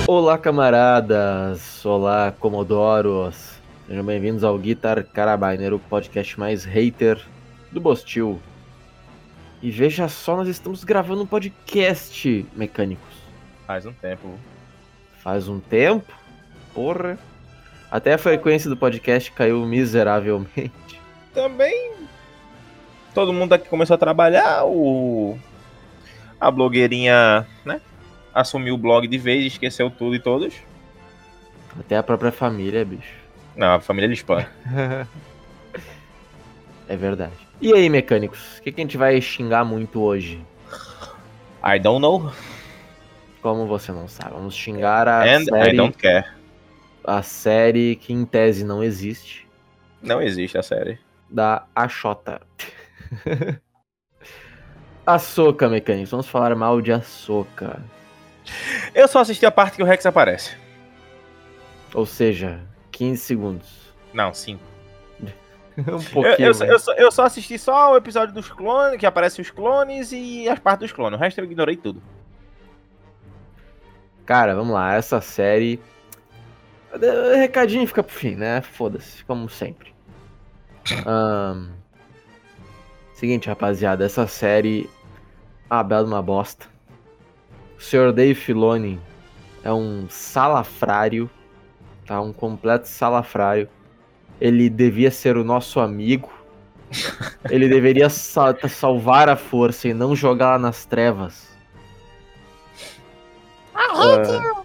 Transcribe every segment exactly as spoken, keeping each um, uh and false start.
Olá, camaradas! Olá, comodoros! Sejam bem-vindos ao Guitar Carabiner, o podcast mais hater do Bostil. E veja só, nós estamos gravando um podcast, mecânicos. Faz um tempo. Faz um tempo? Porra! Até a frequência do podcast caiu miseravelmente. Também todo mundo aqui começou a trabalhar, o... a blogueirinha, né, assumiu o blog de vez, esqueceu tudo e todos. Até a própria família, bicho. Não, a família de spam. É verdade. E aí, mecânicos? O que, que a gente vai xingar muito hoje? I don't know. Como você não sabe? Vamos xingar a And série... I don't care. A série que em tese não existe. Não existe a série. Da Ahsoka. Ahsoka, mecânicos. Vamos falar mal de Ahsoka. Eu só assisti a parte que o Rex aparece. Ou seja, quinze segundos. Não, cinco. um pouquinho. Eu, eu, só, eu, só, eu só assisti só o episódio dos clones, que aparecem os clones e as partes dos clones. O resto eu ignorei tudo. Cara, vamos lá. Essa série... O recadinho fica pro fim, né? Foda-se, como sempre. Um... Seguinte, rapaziada. Essa série... Ah, bela uma bosta. O senhor Dave Filoni é um salafrário, tá? Um completo salafrário. Ele devia ser o nosso amigo. Ele deveria sal- salvar a força e não jogá-la nas trevas. Uh...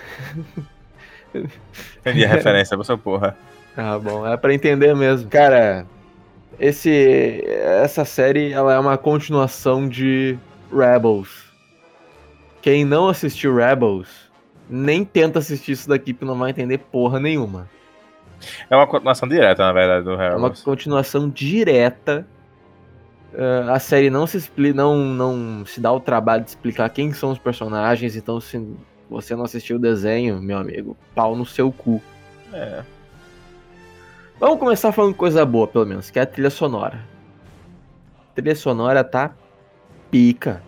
Entendi a referência, você porra. Ah, bom, é pra entender mesmo. Cara, esse, essa série ela é uma continuação de Rebels. Quem não assistiu Rebels, nem tenta assistir isso daqui, porque não vai entender porra nenhuma. É uma continuação direta, na verdade, do Rebels. É uma continuação direta. Uh, a série não se explica, não, não se dá o trabalho de explicar quem são os personagens, então se você não assistiu o desenho, meu amigo, pau no seu cu. É. Vamos começar falando coisa boa, pelo menos, que é a trilha sonora. A trilha sonora tá pica.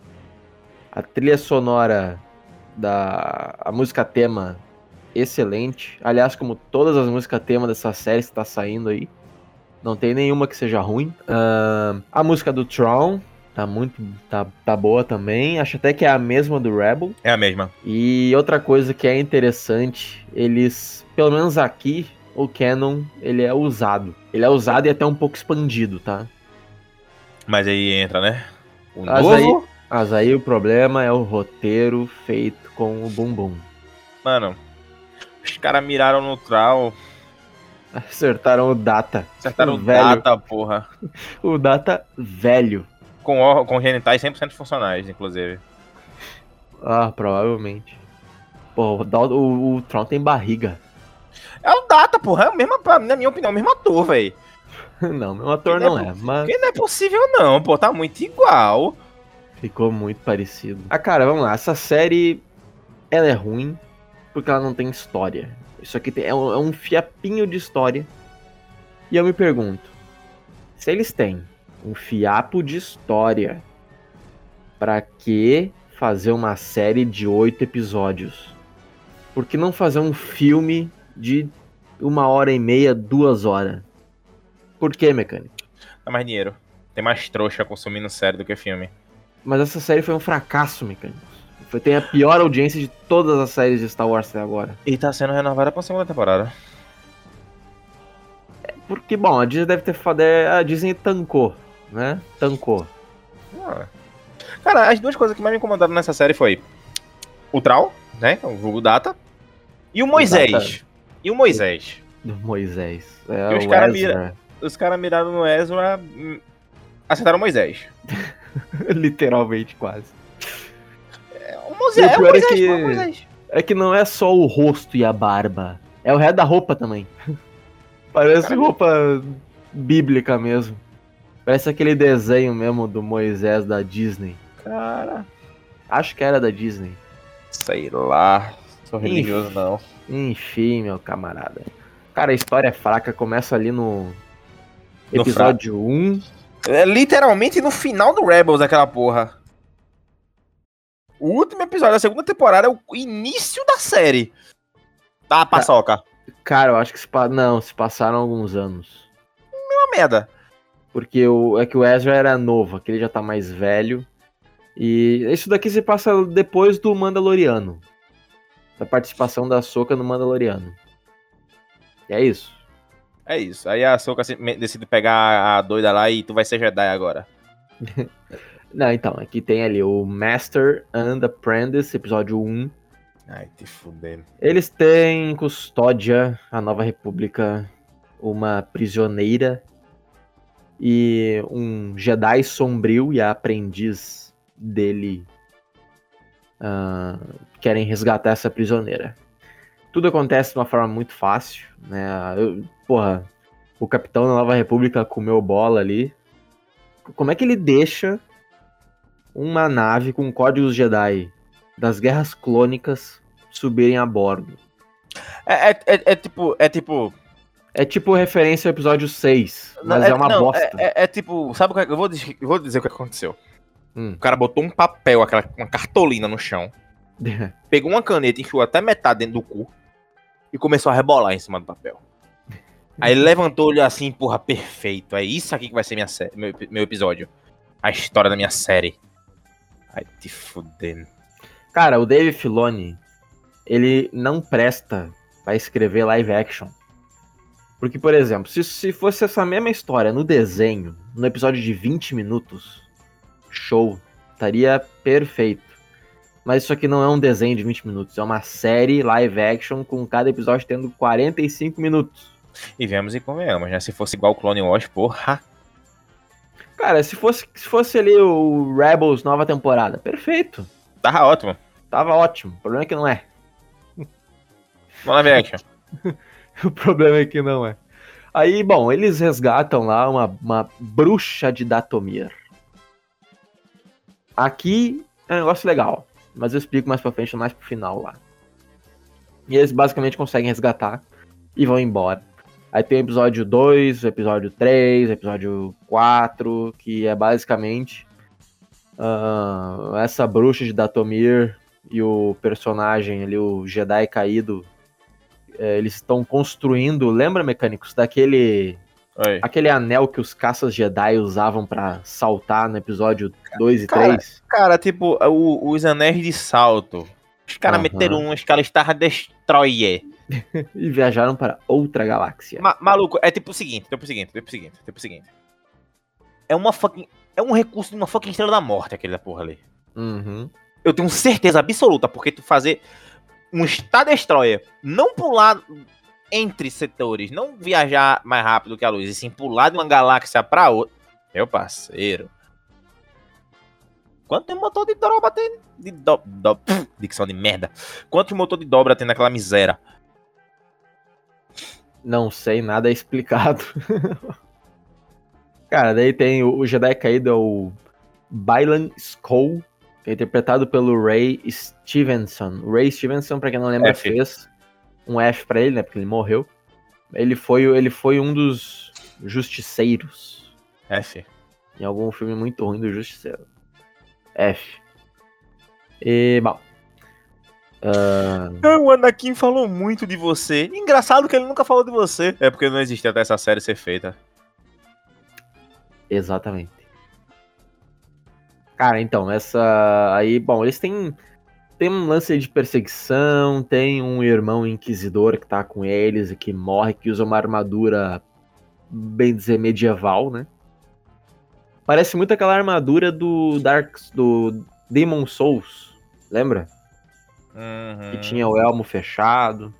A trilha sonora da... A música tema, excelente. Aliás, como todas as músicas tema dessa série que tá saindo aí. Não tem nenhuma que seja ruim. Uh, a música do Tron tá muito... Tá, tá boa também. Acho até que é a mesma do Rebel. É a mesma. E outra coisa que é interessante, eles... Pelo menos aqui... O canon, ele é usado. Ele é usado e até um pouco expandido, tá? Mas aí entra, né? O mas, novo... aí, mas aí o problema é o roteiro feito com o bumbum. Mano, os caras miraram no Troll. Acertaram o Data. Acertaram o, o velho. Data, porra. O Data velho. Com, com genitais cem por cento funcionais, inclusive. Ah, provavelmente. Pô, o, o, o Tron tem barriga. É o Data, porra. É o mesmo, na minha opinião, é o mesmo ator, velho. Não, meu ator não, não é, é, mas... Que não é possível não, pô. Tá muito igual. Ficou muito parecido. Ah, cara, vamos lá. Essa série, ela é ruim porque ela não tem história. Isso aqui tem, é, um, é um fiapinho de história. E eu me pergunto, se eles têm um fiapo de história, pra que fazer uma série de oito episódios? Por que não fazer um filme de uma hora e meia, duas horas? Por que, mecânico? Dá mais dinheiro. Tem mais trouxa consumindo série do que filme. Mas essa série foi um fracasso, mecânico. Foi, tem a pior audiência de todas as séries de Star Wars até agora. E tá sendo renovada pra segunda temporada. É porque, bom, a Disney deve ter... A Disney tancou, né? Tancou. Ah. Cara, as duas coisas que mais me incomodaram nessa série foi o Troll, né? O vulgo Data. E o Moisés. Data. E o Moisés. Do Moisés. É, e os caras mira, cara miraram no Ezra, acertaram o Moisés. Literalmente, quase. É, o Moisés, é o Moisés, é que, pô, o Moisés. É que não é só o rosto e a barba. É o resto da roupa também. Parece cara, roupa bíblica mesmo. Parece aquele desenho mesmo do Moisés da Disney. Cara, acho que era da Disney. Sei lá. Sou religioso, não. Enfim, meu camarada. Cara, a história é fraca. Começa ali no episódio no um. É literalmente no final do Rebels, aquela porra. O último episódio da segunda temporada é o início da série. Tá, paçoca. Cara, eu acho que se pa... não, se passaram alguns anos. Uma merda. Porque o... é que o Ezra era novo, aquele já tá mais velho. E isso daqui se passa depois do Mandaloriano. Da participação da Ahsoka no Mandaloriano. E é isso. É isso. Aí a Ahsoka decide pegar a doida lá e tu vai ser Jedi agora. Não, então, aqui tem ali o Master and Apprentice, episódio um. Ai, te fudendo. Eles têm em custódia a Nova República, uma prisioneira e um Jedi sombrio e a aprendiz dele uh, querem resgatar essa prisioneira. Tudo acontece de uma forma muito fácil, né? Eu, porra, o capitão da Nova República comeu bola ali. Como é que ele deixa uma nave com códigos Jedi das guerras clônicas subirem a bordo? É, é, é, é tipo, é tipo... É tipo referência ao episódio seis, mas é, é uma não, bosta. É, é, é tipo, sabe o que eu vou, dizer, eu vou dizer o que aconteceu. Hum. O cara botou um papel, aquela, uma cartolina no chão, pegou uma caneta, enfiou até metade dentro do cu e começou a rebolar em cima do papel. Aí ele levantou, olhou assim, porra, perfeito. É isso aqui que vai ser minha sé- meu, meu episódio. A história da minha série. Ai, te fudendo. Cara, o Dave Filoni, ele não presta pra escrever live action. Porque, por exemplo, se, se fosse essa mesma história no desenho, no episódio de vinte minutos, show, estaria perfeito. Mas isso aqui não é um desenho de vinte minutos, é uma série live action com cada episódio tendo quarenta e cinco minutos. E vemos e convenhamos, né? Se fosse igual o Clone Wars, porra. Cara, se fosse, se fosse ali o Rebels nova temporada, perfeito. Tava ótimo. Tava ótimo. O problema é que não é. No live action. O problema é que não é. Aí, bom, eles resgatam lá uma, uma bruxa de Datomir. Aqui é um negócio legal, mas eu explico mais pra frente, mais pro final lá. E eles basicamente conseguem resgatar e vão embora. Aí tem o episódio dois, o episódio três, o episódio quatro, que é basicamente uh, essa bruxa de Datomir e o personagem ali, o Jedi caído, é, eles estão construindo, lembra, mecânicos, daquele Oi. aquele anel que os caças Jedi usavam pra saltar no episódio dois e Cara, três? Cara, tipo, o- os anéis de salto. Os caras Aham. meteram um, os caras Star Destroyer. E viajaram para outra galáxia. Ma- maluco, é tipo o seguinte, tipo o seguinte, tipo o seguinte, tipo o seguinte. É uma fucking. É um recurso de uma fucking estrela da morte, aquele da porra ali. Uhum. Eu tenho certeza absoluta, porque tu fazer um Star Destroyer, não pular entre setores, não viajar mais rápido que a luz, e sim pular de uma galáxia pra outra. Meu parceiro. Quanto motor de dobra tem? De do, do, pff, dicção de merda. Quanto motor de dobra tem naquela miséria? Não sei, nada é explicado. Cara, daí tem o, o Jedi caído, é o Bylan Skoll, que é interpretado pelo Ray Stevenson. O Ray Stevenson, pra quem não lembra, F. fez um F pra ele, né? Porque ele morreu. Ele foi, ele foi um dos justiceiros F. em algum filme muito ruim do Justiceiro. F. E, bom. Uh... O Anakin falou muito de você. Engraçado que ele nunca falou de você. É porque não existia até essa série ser feita. Exatamente. Cara, então, essa aí, bom, eles têm tem um lance aí de perseguição, tem um irmão inquisidor que tá com eles e que morre, que usa uma armadura, bem dizer, medieval, né? Parece muito aquela armadura do Dark, do Demon Souls, lembra? Uhum. Que tinha o elmo fechado.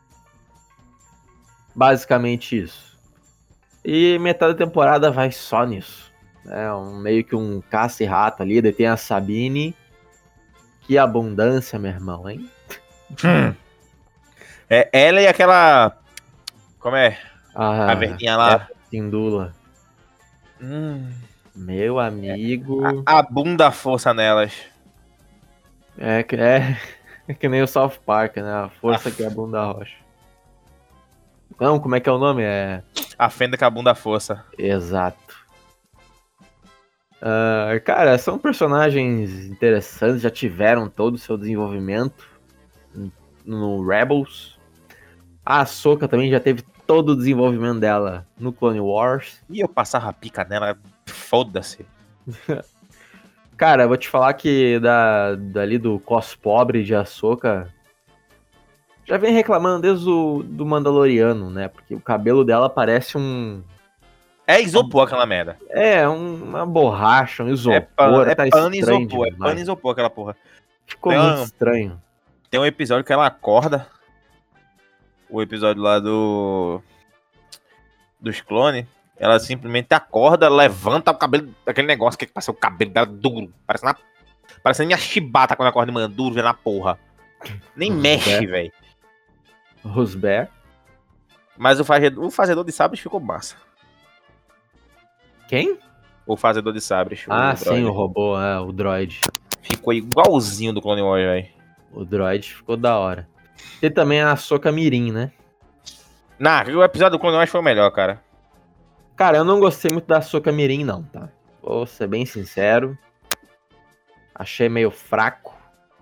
Basicamente isso. E metade da temporada vai só nisso. É um, meio que um caça e rato ali. Daí tem a Sabine. Que abundância, meu irmão, hein? Hum. É ela e aquela. Como é? Ah, A verdinha lá. Sindula. Hum. Meu amigo. A, a bunda força nelas. É que, é, é que nem o South Park, né? A força Ah. que é a bunda rocha. Não, como é que é o nome? É. A fenda com a bunda força. Exato. Uh, cara, são personagens interessantes, já tiveram todo o seu desenvolvimento no Rebels. A Ahsoka também já teve todo o desenvolvimento dela no Clone Wars. E eu passava a pica nela, foda-se. Cara, eu vou te falar que da, dali do cos pobre de Ahsoka já vem reclamando desde o do Mandaloriano, né? Porque o cabelo dela parece um... É isopor aquela merda. É, um, uma borracha, um isopor. É, pan, é tá pano estranho isopor, é demais. pano isopor aquela porra. Ficou Tem muito uma- estranho. Tem um episódio que ela acorda. O episódio lá do... Dos clones. Ela simplesmente acorda, levanta o cabelo, aquele negócio que passa o cabelo dela duro. Parece na... Parecendo minha chibata quando acorda de manhã, duro, vê na porra. Nem Hum, mexe, é. velho. Rosberg. Mas o fazedor, o fazedor de sabres ficou massa. Quem? O fazedor de sabres. Ah, o sim, droid. o robô, é, o droid. Ficou igualzinho do Clone Wars, velho. O droid ficou da hora. Tem também a Ahsoka Mirim, né? Nah, o episódio do Clone Wars foi o melhor, cara. Cara, eu não gostei muito da Ahsoka Mirim, não, tá? Vou ser bem sincero. Achei meio fraco.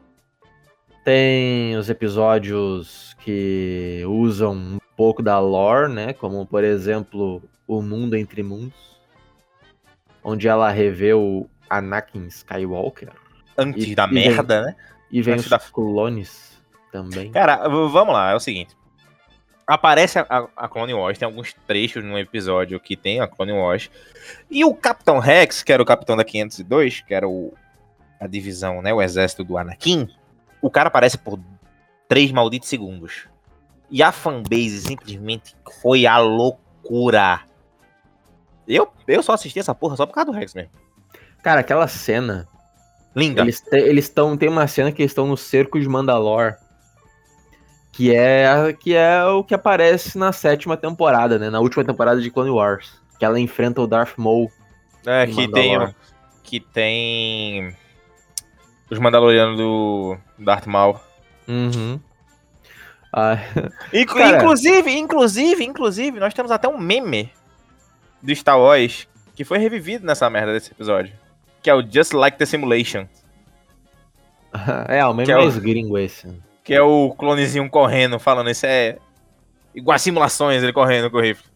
Tem os episódios que usam um pouco da lore, né? Como, por exemplo, O Mundo Entre Mundos. Onde ela revê o Anakin Skywalker. Antes E- da e vem- merda, né? E vem Antes os da- clones também. Cara, v- vamos lá, é o seguinte. Aparece a, a- a Clone Wars, tem alguns trechos num episódio que tem a Clone Wars. E o Capitão Rex, que era o capitão da quinhentos e dois, que era o, a divisão, né, o exército do Anakin, o cara aparece por três malditos segundos. E a fanbase simplesmente foi a loucura. Eu, eu só assisti essa porra só por causa do Rex mesmo. Cara, aquela cena. Linda. Eles te- eles estão. Tem uma cena que eles estão no cerco de Mandalor. Que é, a- que é o que aparece na sétima temporada, né? Na última temporada de Clone Wars. Que ela enfrenta o Darth Maul. É, em que tem, Mandalor. que tem os Mandalorianos do Darth Maul. Uhum. Ah, Inclu- Cara. Inclusive, inclusive, inclusive, nós temos até um meme do Star Wars que foi revivido nessa merda desse episódio. Que é o Just Like the Simulation. é, o meme Que é o- mais gringo esse. Que é o clonezinho correndo, falando, isso é igual a simulações, ele correndo com o rifle.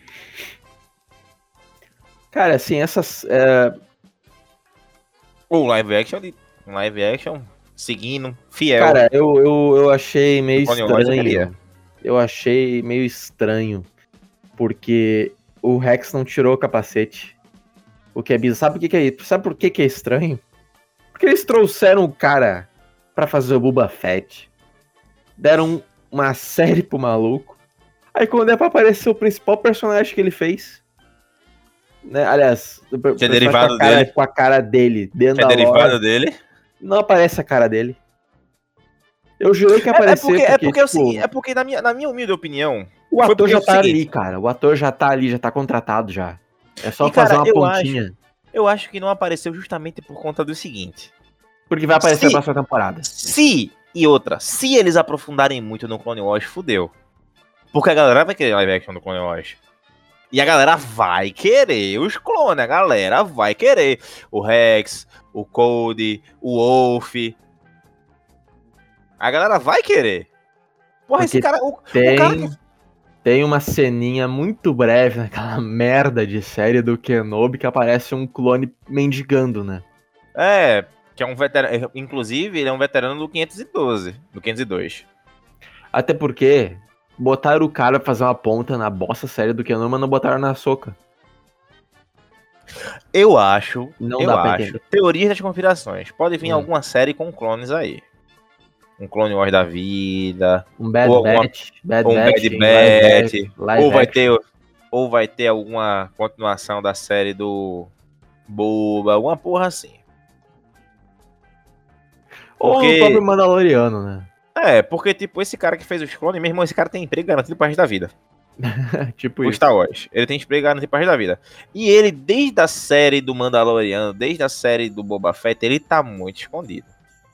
Cara, assim, essas. é, Ou live action, de, um live action, seguindo, fiel. Cara, eu, eu, eu achei meio Clone Wars eu queria. estranho. Eu achei meio estranho. Porque o Rex não tirou o capacete. O que é bizarro. Sabe por que, que é isso? Sabe por que, que é estranho? Porque eles trouxeram o cara pra fazer o Boba Fett. Deram uma série pro maluco. Aí quando é pra aparecer o principal personagem que ele fez. Né? Aliás, o per- Que é personagem derivado com a cara, dele. com a cara dele dentro que é da derivado lore, dele. não aparece a cara dele. Eu jurei que ia É, é aparecer. porque, é, porque, é, o tipo, seguinte, é porque na, minha, na minha humilde opinião, o foi ator porque já é o tá seguinte. ali, cara. O ator já tá ali, já tá contratado já. É só E, fazer cara, uma eu pontinha. eu acho que não apareceu justamente por conta do seguinte. Porque vai aparecer Se- na próxima temporada. Se, e outra, se eles aprofundarem muito no Clone Wars, fudeu. Porque a galera vai querer live action do Clone Wars. E a galera vai querer os clones, a galera vai querer o Rex, o Cody, o Wolf. A galera vai querer. Porra, esse Porque cara. O, o Tem, cara que- tem uma ceninha muito breve naquela merda de série do Kenobi que aparece um clone mendigando, né? É, que é um veterano. Inclusive, ele é um veterano do quinhentos e doze, do quinhentos e dois. Até porque botaram o cara pra fazer uma ponta na bosta série do Kenobi, mas não botaram na Ahsoka. Eu acho. Não eu dá pra acho. entender. Teorias das conspirações. Pode vir Hum. alguma série com clones aí. Um Clone Wars da vida. Um Bad Ou alguma- Batch. Bad ou um Batch. Bad em live Batch, ac- live ou vai action. ter ou vai ter alguma continuação da série do Boba, alguma porra assim. Ou Porque- o próprio Mandaloriano, né? É, porque tipo, esse cara que fez os clones, mesmo esse cara tem emprego garantido pro resto da vida. tipo O isso. Star Wars. Ele tem emprego garantido pro resto da vida. E ele, desde a série do Mandaloriano, desde a série do Boba Fett, ele tá muito escondido.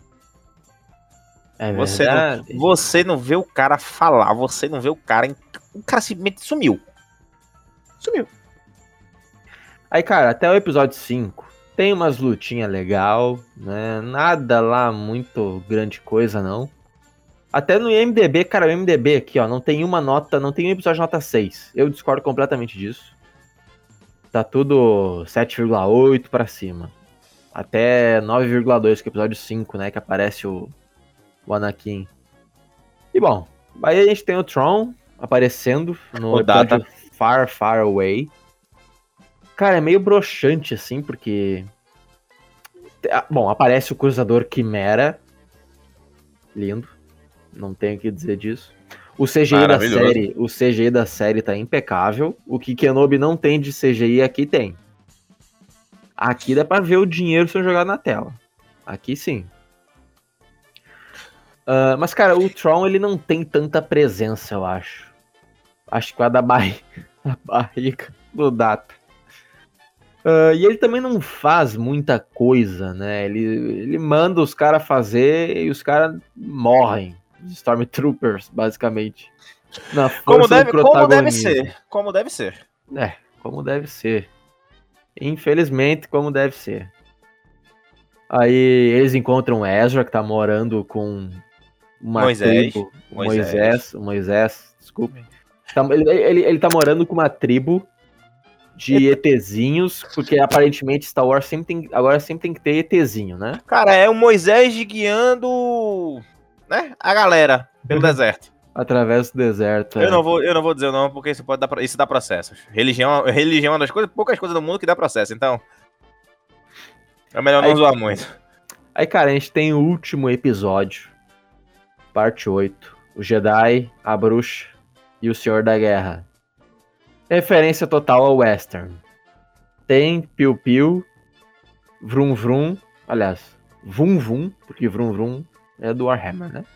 É Você verdade. Você não vê o cara falar, você não vê o cara. em- O cara simplesmente sumiu. Sumiu. Aí, cara, até o episódio cinco, Tem umas lutinhas legal, né? Nada lá muito grande coisa, não. Até no I M D B, cara, o I M D B aqui, ó, não tem uma nota, não tem um episódio nota seis. Eu discordo completamente disso. Tá tudo sete vírgula oito pra cima. Até nove vírgula dois, que é o episódio cinco, né? Que aparece o, o Anakin. E bom, aí a gente tem o Tron aparecendo no O episódio Data. Far, Far Away. Cara, é meio broxante, assim, porque... Bom, aparece o Cruzador Quimera. Lindo. Não tenho o que dizer disso. O C G I da série, o C G I da série tá impecável. O que Kenobi não tem de C G I, aqui tem. Aqui dá pra ver o dinheiro sendo jogado na tela. Aqui sim. Uh, mas, cara, o Tron, ele não tem tanta presença, eu acho. Acho que é a da barriga, a barriga do Data. Uh, e ele também não faz muita coisa, né? Ele, ele manda os caras fazer e os caras morrem. Os Stormtroopers, basicamente. Na Como força deve, do como deve protagonismo. ser. Como deve ser. É, como deve ser. Infelizmente, como deve ser. Aí eles encontram Ezra, que tá morando com uma Moisés. tribo. Moisés. Moisés, Moisés, desculpe. Tá- ele, ele, ele tá morando com uma tribo de ETzinhos, porque aparentemente Star Wars sempre tem, agora sempre tem que ter ETzinho, né? Cara, é o Moisés guiando, né, a galera pelo deserto. Através do deserto. Eu é. não vou, eu não vou dizer o nome porque isso pode dar, pro- isso dá processo. Religião, religião é uma das coisas, poucas coisas do mundo que dá processo, então é melhor não Aí- zoar muito. Aí, cara, a gente tem o último episódio, parte oito. O Jedi, a Bruxa e o Senhor da Guerra. Referência total ao Western. Tem Piu Piu, Vrum Vrum, aliás, Vum Vum, porque Vrum Vrum é do Warhammer, né?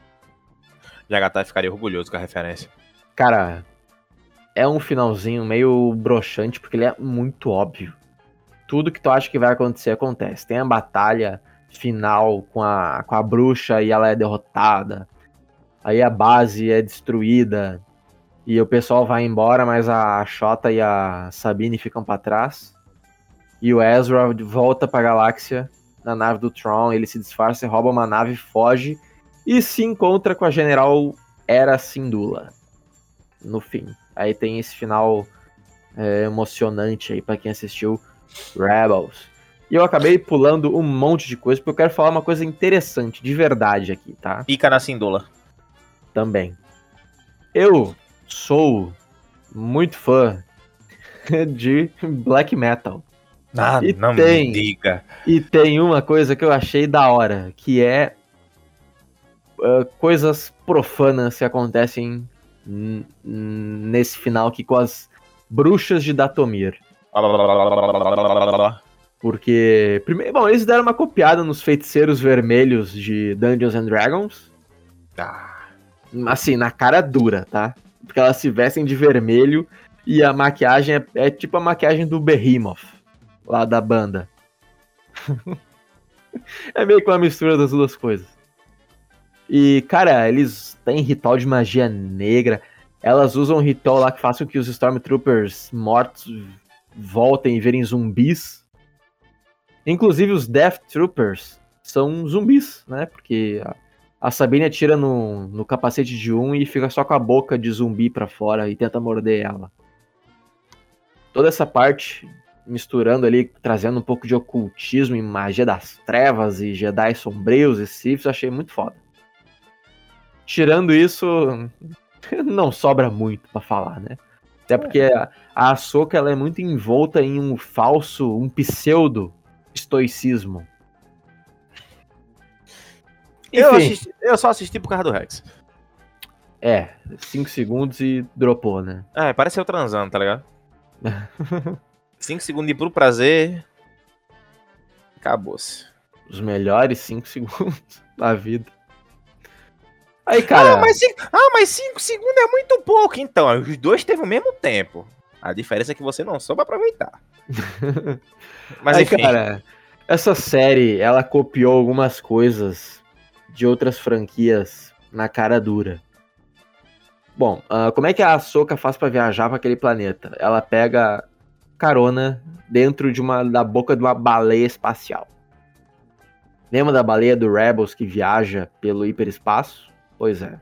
Jagatai ficaria orgulhoso com a referência. Cara, é um finalzinho meio broxante, porque ele é muito óbvio. Tudo que tu acha que vai acontecer, acontece. Tem a batalha final com a, com a bruxa e ela é derrotada. Aí a base é destruída. E o pessoal vai embora, mas a Shota e a Sabine ficam pra trás. E o Ezra volta pra galáxia na nave do Tron. Ele se disfarça, rouba uma nave, foge. E se encontra com a General Hera Syndulla. No fim. Aí tem esse final é, emocionante aí pra quem assistiu Rebels. E eu acabei pulando um monte de coisa, porque eu quero falar uma coisa interessante, de verdade aqui, tá? Pica na Cindola. Também. Eu sou muito fã de black metal. Ah, E não tem. me diga. E tem uma coisa que eu achei da hora, que é uh, coisas profanas que acontecem n- n- nesse final aqui com as bruxas de Datomir. Porque, primeiro, bom, eles deram uma copiada nos feiticeiros vermelhos de Dungeons and Dragons. Ah, Assim, na cara dura, tá? Porque elas se vestem de vermelho e a maquiagem é, é tipo a maquiagem do Behemoth, lá da banda. É meio que uma mistura das duas coisas. E, cara, eles têm ritual de magia negra. Elas usam um ritual lá que faz com que os Stormtroopers mortos voltem e virem zumbis. Inclusive os Death Troopers são zumbis, né? Porque a, a Sabine atira no, no capacete de um e fica só com a boca de zumbi pra fora e tenta morder ela. Toda essa parte misturando ali, trazendo um pouco de ocultismo e magia das trevas e Jedi sombrios e Siths, eu achei muito foda. Tirando isso, não sobra muito pra falar, né? Até porque a, a Ahsoka, ela é muito envolta em um falso, um pseudo estoicismo. eu, Enfim, assisti- eu só assisti por causa do Rex. é, cinco segundos e dropou, né? É, parece eu transando, tá ligado? cinco segundos de puro prazer. Acabou-se. Os melhores cinco segundos da vida. Aí, cara... Ah, mas cinco, ah, mas cinco segundos é muito pouco. Então, os dois teve o mesmo tempo. A diferença é que você não soube aproveitar. Mas Aí, enfim. cara, essa série, ela copiou algumas coisas de outras franquias na cara dura. Bom, uh, como é que a Ahsoka faz pra viajar pra aquele planeta? Ela pega carona dentro de uma, da boca de uma baleia espacial. Lembra da baleia do Rebels que viaja pelo hiperespaço? Pois é.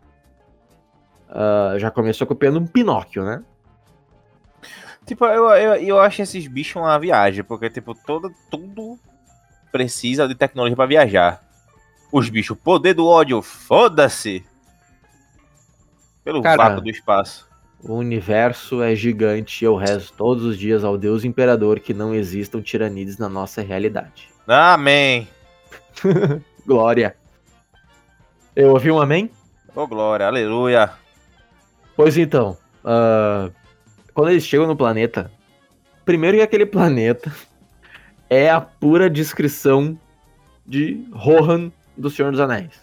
Uh, já começou copiando um Pinóquio, né? Tipo, eu, eu, eu acho esses bichos uma viagem, porque, tipo, todo, tudo precisa de tecnologia pra viajar. Os bichos, poder do ódio, foda-se! Pelo Cara, vácuo do espaço. O universo é gigante e eu rezo todos os dias ao Deus Imperador que não existam tiranides na nossa realidade. Amém! Glória. Eu ouvi um amém? Ô, glória, aleluia! Pois então, uh, quando eles chegam no planeta, primeiro que aquele planeta é a pura descrição de Rohan do Senhor dos Anéis.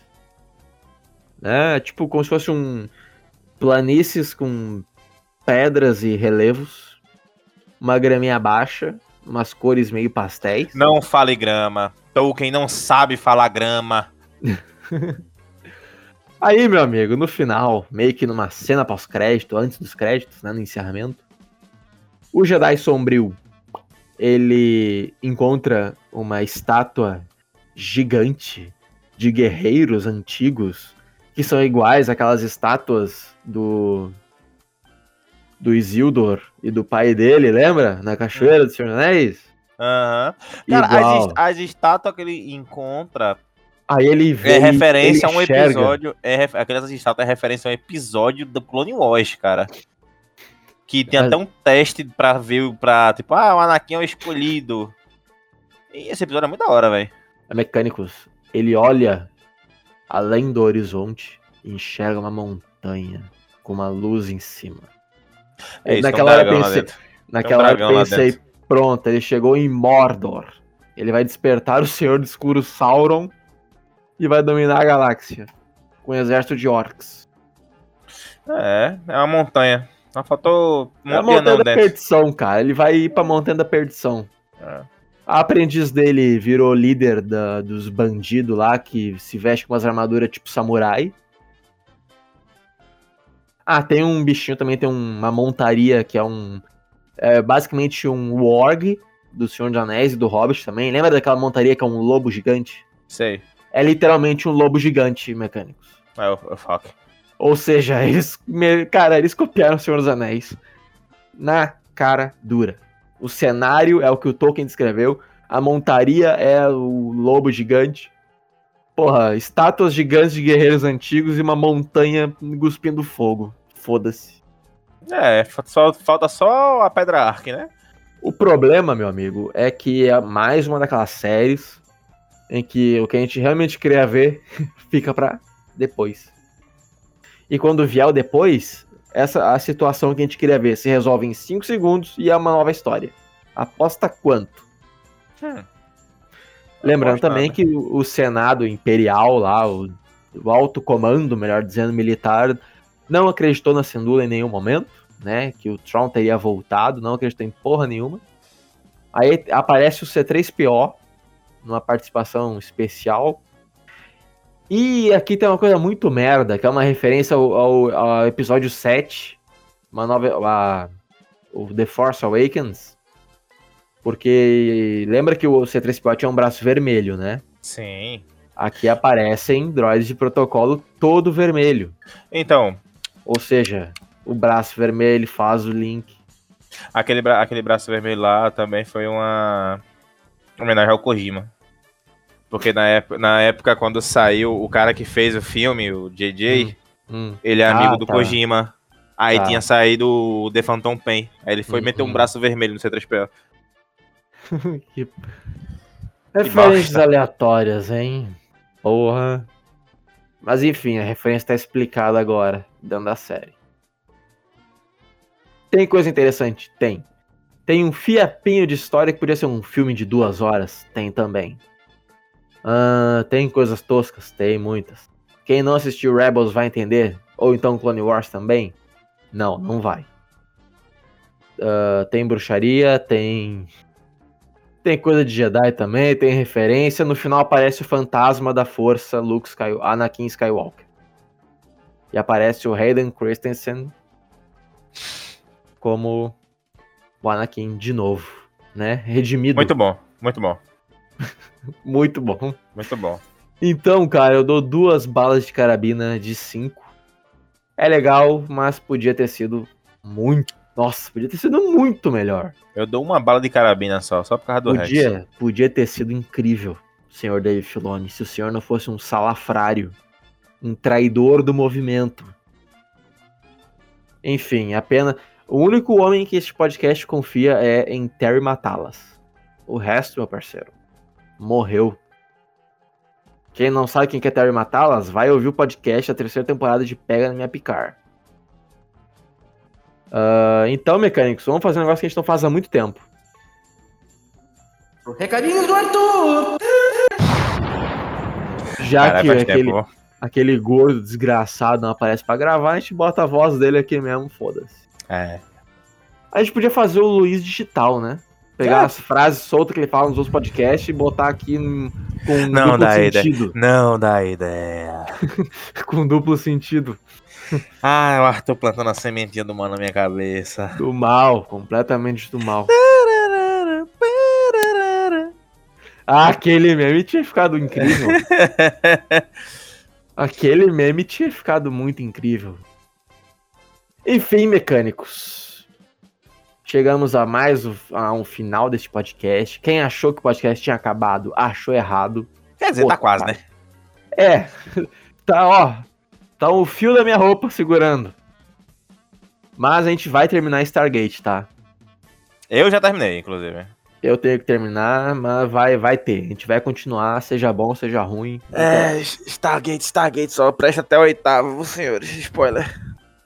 É tipo como se fosse um planícies com pedras e relevos, uma graminha baixa, umas cores meio pastéis. Não fale grama. Tolkien não sabe falar grama. Aí, meu amigo, no final, meio que numa cena pós-crédito, antes dos créditos, né, no encerramento, o Jedi Sombrio, ele encontra uma estátua gigante de guerreiros antigos que são iguais àquelas estátuas do do Isildur e do pai dele, lembra? Na Cachoeira do Senhor dos Anéis? Aham. Cara, Igual. as, as estátuas que ele encontra Aí ele vê, é referência ele a um enxerga. episódio. É, ref- aquelas estátuas é referência a um episódio do Clone Wars, cara. Que tem Mas- até um teste pra ver, pra, tipo, ah, o Anakin é o escolhido. E esse episódio é muito da hora, velho. É Mecânicos. Ele olha além do horizonte e enxerga uma montanha com uma luz em cima. É isso, naquela tem um hora eu dragão lá pensei, dentro. naquela um hora eu dragão lá pensei, dentro. pronto, ele chegou em Mordor. Ele vai despertar o Senhor do Escuro Sauron e vai dominar a galáxia com um exército de orcs. É, é uma montanha. Só faltou um É a monte de montanha anão da dentro. perdição, cara. Ele vai ir pra montanha da perdição. É. A aprendiz dele virou líder da- dos bandidos lá, que se veste com umas armaduras tipo samurai. Ah, tem um bichinho também, tem uma montaria que é um... É basicamente um warg do Senhor dos Anéis e do Hobbit também. Lembra daquela montaria que é um lobo gigante? Sei. É literalmente um lobo gigante, Mecânicos. É o, o foco. Ou seja, eles... me- Cara, eles copiaram o Senhor dos Anéis na cara dura. O cenário é o que o Tolkien descreveu. A montaria é o lobo gigante. Porra, estátuas gigantes de guerreiros antigos e uma montanha cuspindo fogo. Foda-se. É, só, falta só a Pedra Arc, né? O problema, meu amigo, é que é mais uma daquelas séries em que o que a gente realmente queria ver fica pra depois. E quando vier o depois, essa a situação que a gente queria ver se resolve em cinco segundos e é uma nova história. Aposta quanto? Hum. Lembrando aposto também nada. que o, o Senado Imperial lá, o, o alto comando, melhor dizendo, militar, não acreditou na Syndulla em nenhum momento, né? Que o Tron teria voltado, não acreditou em porra nenhuma. Aí aparece o C três P O numa participação especial. E aqui tem uma coisa muito merda, que é uma referência ao, ao- ao episódio sete, uma nova, a- o The Force Awakens. Porque lembra que o C três P O tinha um braço vermelho, né? Sim. Aqui aparecem droids de protocolo todo vermelho. Então, Ou seja, o braço vermelho faz o link. aquele, bra aquele braço vermelho lá também foi uma homenagem ao Kojima. Porque na, época, na época, quando saiu, o cara que fez o filme, o J J, Hum. ele é Ah, amigo do tá. Kojima. Aí Tá. tinha saído o The Phantom Pain. Aí ele foi Hum, meter um hum. braço vermelho no C três P O. Que... Referências bosta. aleatórias, hein? Porra. Mas enfim, a referência tá explicada agora, dentro da série. Tem coisa interessante? Tem. Tem um fiapinho de história que podia ser um filme de duas horas? Tem também. Ah, tem coisas toscas? Tem muitas. Quem não assistiu Rebels vai entender? Ou então Clone Wars também? Não, não vai. Ah, tem bruxaria, tem... Tem coisa de Jedi também, tem referência. No final aparece o fantasma da força, Luke Skywalker, Anakin Skywalker. E aparece o Hayden Christensen como o Anakin de novo, né? Redimido. Muito bom, muito bom. Muito bom. Muito bom. Então, cara, eu dou duas balas de carabina de cinco. É legal, mas podia ter sido muito... Nossa, podia ter sido muito melhor. Eu dou uma bala de carabina só, só por causa do Podia, Rex. podia ter sido incrível, senhor Dave Filoni, se o senhor não fosse um salafrário, um traidor do movimento. Enfim, apenas... O único homem que este podcast confia é em Terry Matalas. O resto, meu parceiro, morreu. Quem não sabe quem que é Terry Matalas, vai ouvir o podcast, a terceira temporada de Pega na Minha Picar. Uh, então, mecânicos, vamos fazer um negócio que a gente não faz há muito tempo. Recadinhos do Arthur! Já Caraca, que faz aquele, tempo, ó. aquele gordo desgraçado não aparece pra gravar, a gente bota a voz dele aqui mesmo, foda-se. É. A gente podia fazer o Luiz digital, né? Pegar Ah. as frases soltas que ele fala nos outros podcasts e botar aqui num- com Não duplo dá sentido. ideia. Não dá ideia. Com duplo sentido. Ah, eu Arthur plantando a sementinha do mal na minha cabeça. Do mal, completamente do mal. Ah, aquele meme tinha ficado incrível. Aquele meme tinha ficado muito incrível. Enfim, mecânicos. Chegamos a mais um, a um final deste podcast. Quem achou que o podcast tinha acabado, achou errado. Quer dizer, Pô, tá quase, cara. né? É, tá, ó. Tá o fio da minha roupa segurando. Mas a gente vai terminar Stargate, tá? Eu já terminei, inclusive. Eu tenho que terminar, mas vai, vai ter. A gente vai continuar, seja bom, seja ruim. É, Stargate, Stargate, só presta até o oitavo, senhores. Spoiler.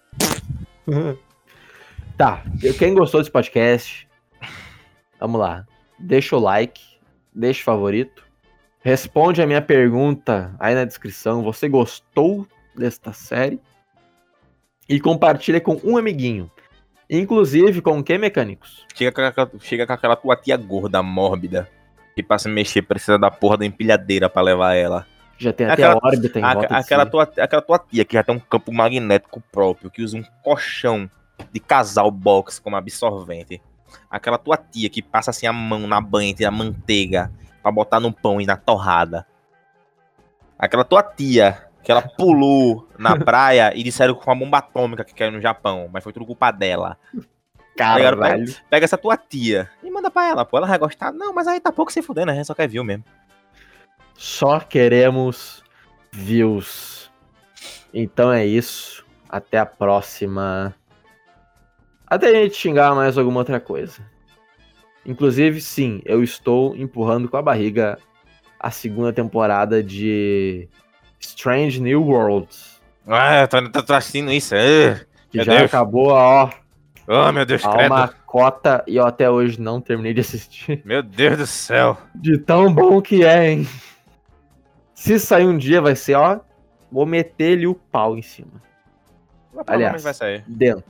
Tá, quem gostou desse podcast, vamos lá. Deixa o like, deixa o favorito. Responde a minha pergunta aí na descrição. Você gostou desta série? E compartilha com um amiguinho. Inclusive com quem, mecânicos? Chega com, aquela, chega com aquela tua tia gorda, mórbida, que pra se mexer precisa da porra da empilhadeira pra levar ela. Já tem Aquela- até a órbita em A- volta de aquela, si. tua, aquela tua tia que já tem um campo magnético próprio, que usa um colchão de casal box como absorvente. Aquela tua tia que passa assim a mão na banha entre a manteiga pra botar no pão e na torrada. Aquela tua tia que ela pulou na praia e disseram que foi uma bomba atômica que caiu no Japão, mas foi tudo culpa dela. Caralho. Pega, pega essa tua tia e manda pra ela, pô. Ela vai gostar. Não, mas aí tá pouco se fudendo, a gente só quer view mesmo. Só queremos views. Então é isso. Até a próxima. Até a gente xingar mais alguma outra coisa. Inclusive, sim, eu estou empurrando com a barriga a segunda temporada de Strange New Worlds. Ah, eu tô, tô, tô assistindo isso. Ah, Que Meu já Deus. acabou, ó, oh, meu Deus, a credo. uma cota e eu até hoje não terminei de assistir. Meu Deus do céu. De tão bom que é, hein? Se sair um dia vai ser, ó, vou meter-lhe o pau em cima. Aliás, vai sair. dentro.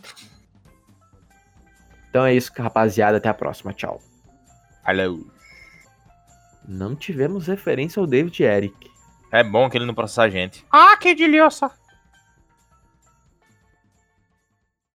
Então é isso, rapaziada. Até a próxima. Tchau. Alô. Não tivemos referência ao David Eric. É bom que ele não processa a gente. Ah, que delícia.